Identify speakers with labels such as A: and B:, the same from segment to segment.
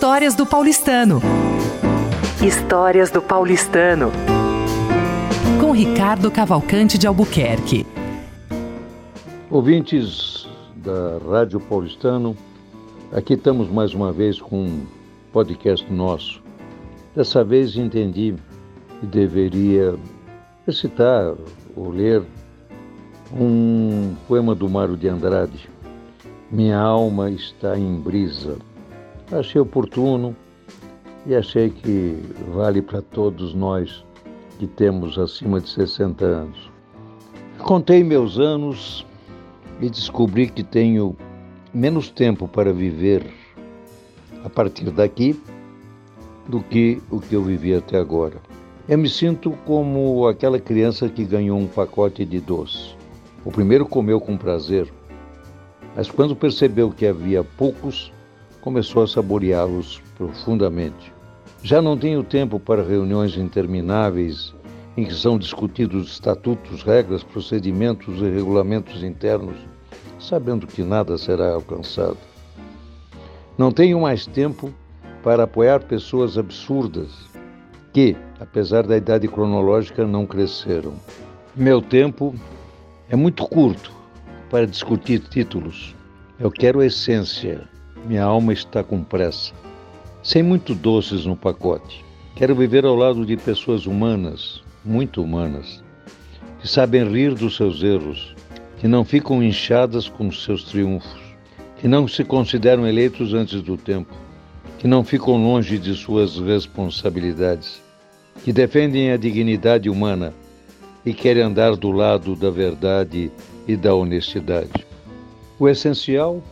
A: Histórias do Paulistano. Histórias do Paulistano. Com Ricardo Cavalcante de Albuquerque.
B: Ouvintes da Rádio Paulistano, aqui estamos mais uma vez com um podcast nosso. Dessa vez entendi que deveria recitar ou ler um poema do Mário de Andrade. Minha alma está em brisa. Achei oportuno e achei que vale para todos nós que temos acima de 60 anos. Contei meus anos e descobri que tenho menos tempo para viver a partir daqui do que o que eu vivi até agora. Eu me sinto como aquela criança que ganhou um pacote de doce. O primeiro comeu com prazer, mas quando percebeu que havia poucos, começou a saboreá-los profundamente. Já não tenho tempo para reuniões intermináveis em que são discutidos estatutos, regras, procedimentos e regulamentos internos, sabendo que nada será alcançado. Não tenho mais tempo para apoiar pessoas absurdas que, apesar da idade cronológica, não cresceram. Meu tempo é muito curto para discutir títulos. Eu quero a essência. Minha alma está com pressa. Sem muito doces no pacote. Quero viver ao lado de pessoas humanas, muito humanas, que sabem rir dos seus erros, que não ficam inchadas com os seus triunfos, que não se consideram eleitos antes do tempo, que não ficam longe de suas responsabilidades, que defendem a dignidade humana e querem andar do lado da verdade e da honestidade. O essencial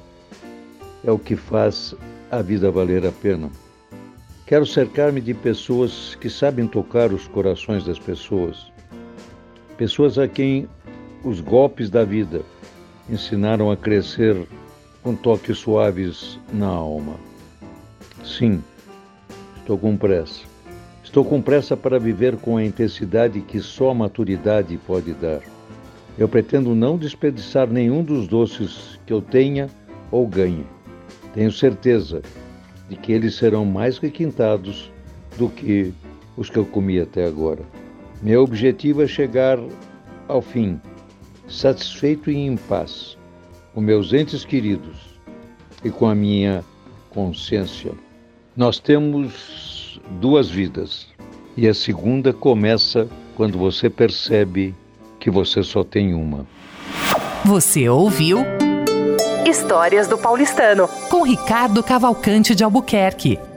B: é o que faz a vida valer a pena. Quero cercar-me de pessoas que sabem tocar os corações das pessoas. Pessoas a quem os golpes da vida ensinaram a crescer com toques suaves na alma. Sim, estou com pressa. Estou com pressa para viver com a intensidade que só a maturidade pode dar. Eu pretendo não desperdiçar nenhum dos doces que eu tenha ou ganhe. Tenho certeza de que eles serão mais requintados do que os que eu comi até agora. Meu objetivo é chegar ao fim, satisfeito e em paz, com meus entes queridos e com a minha consciência. Nós temos 2 vidas e a segunda começa quando você percebe que você só tem uma.
A: Você ouviu Histórias do Paulistano, com Ricardo Cavalcante de Albuquerque.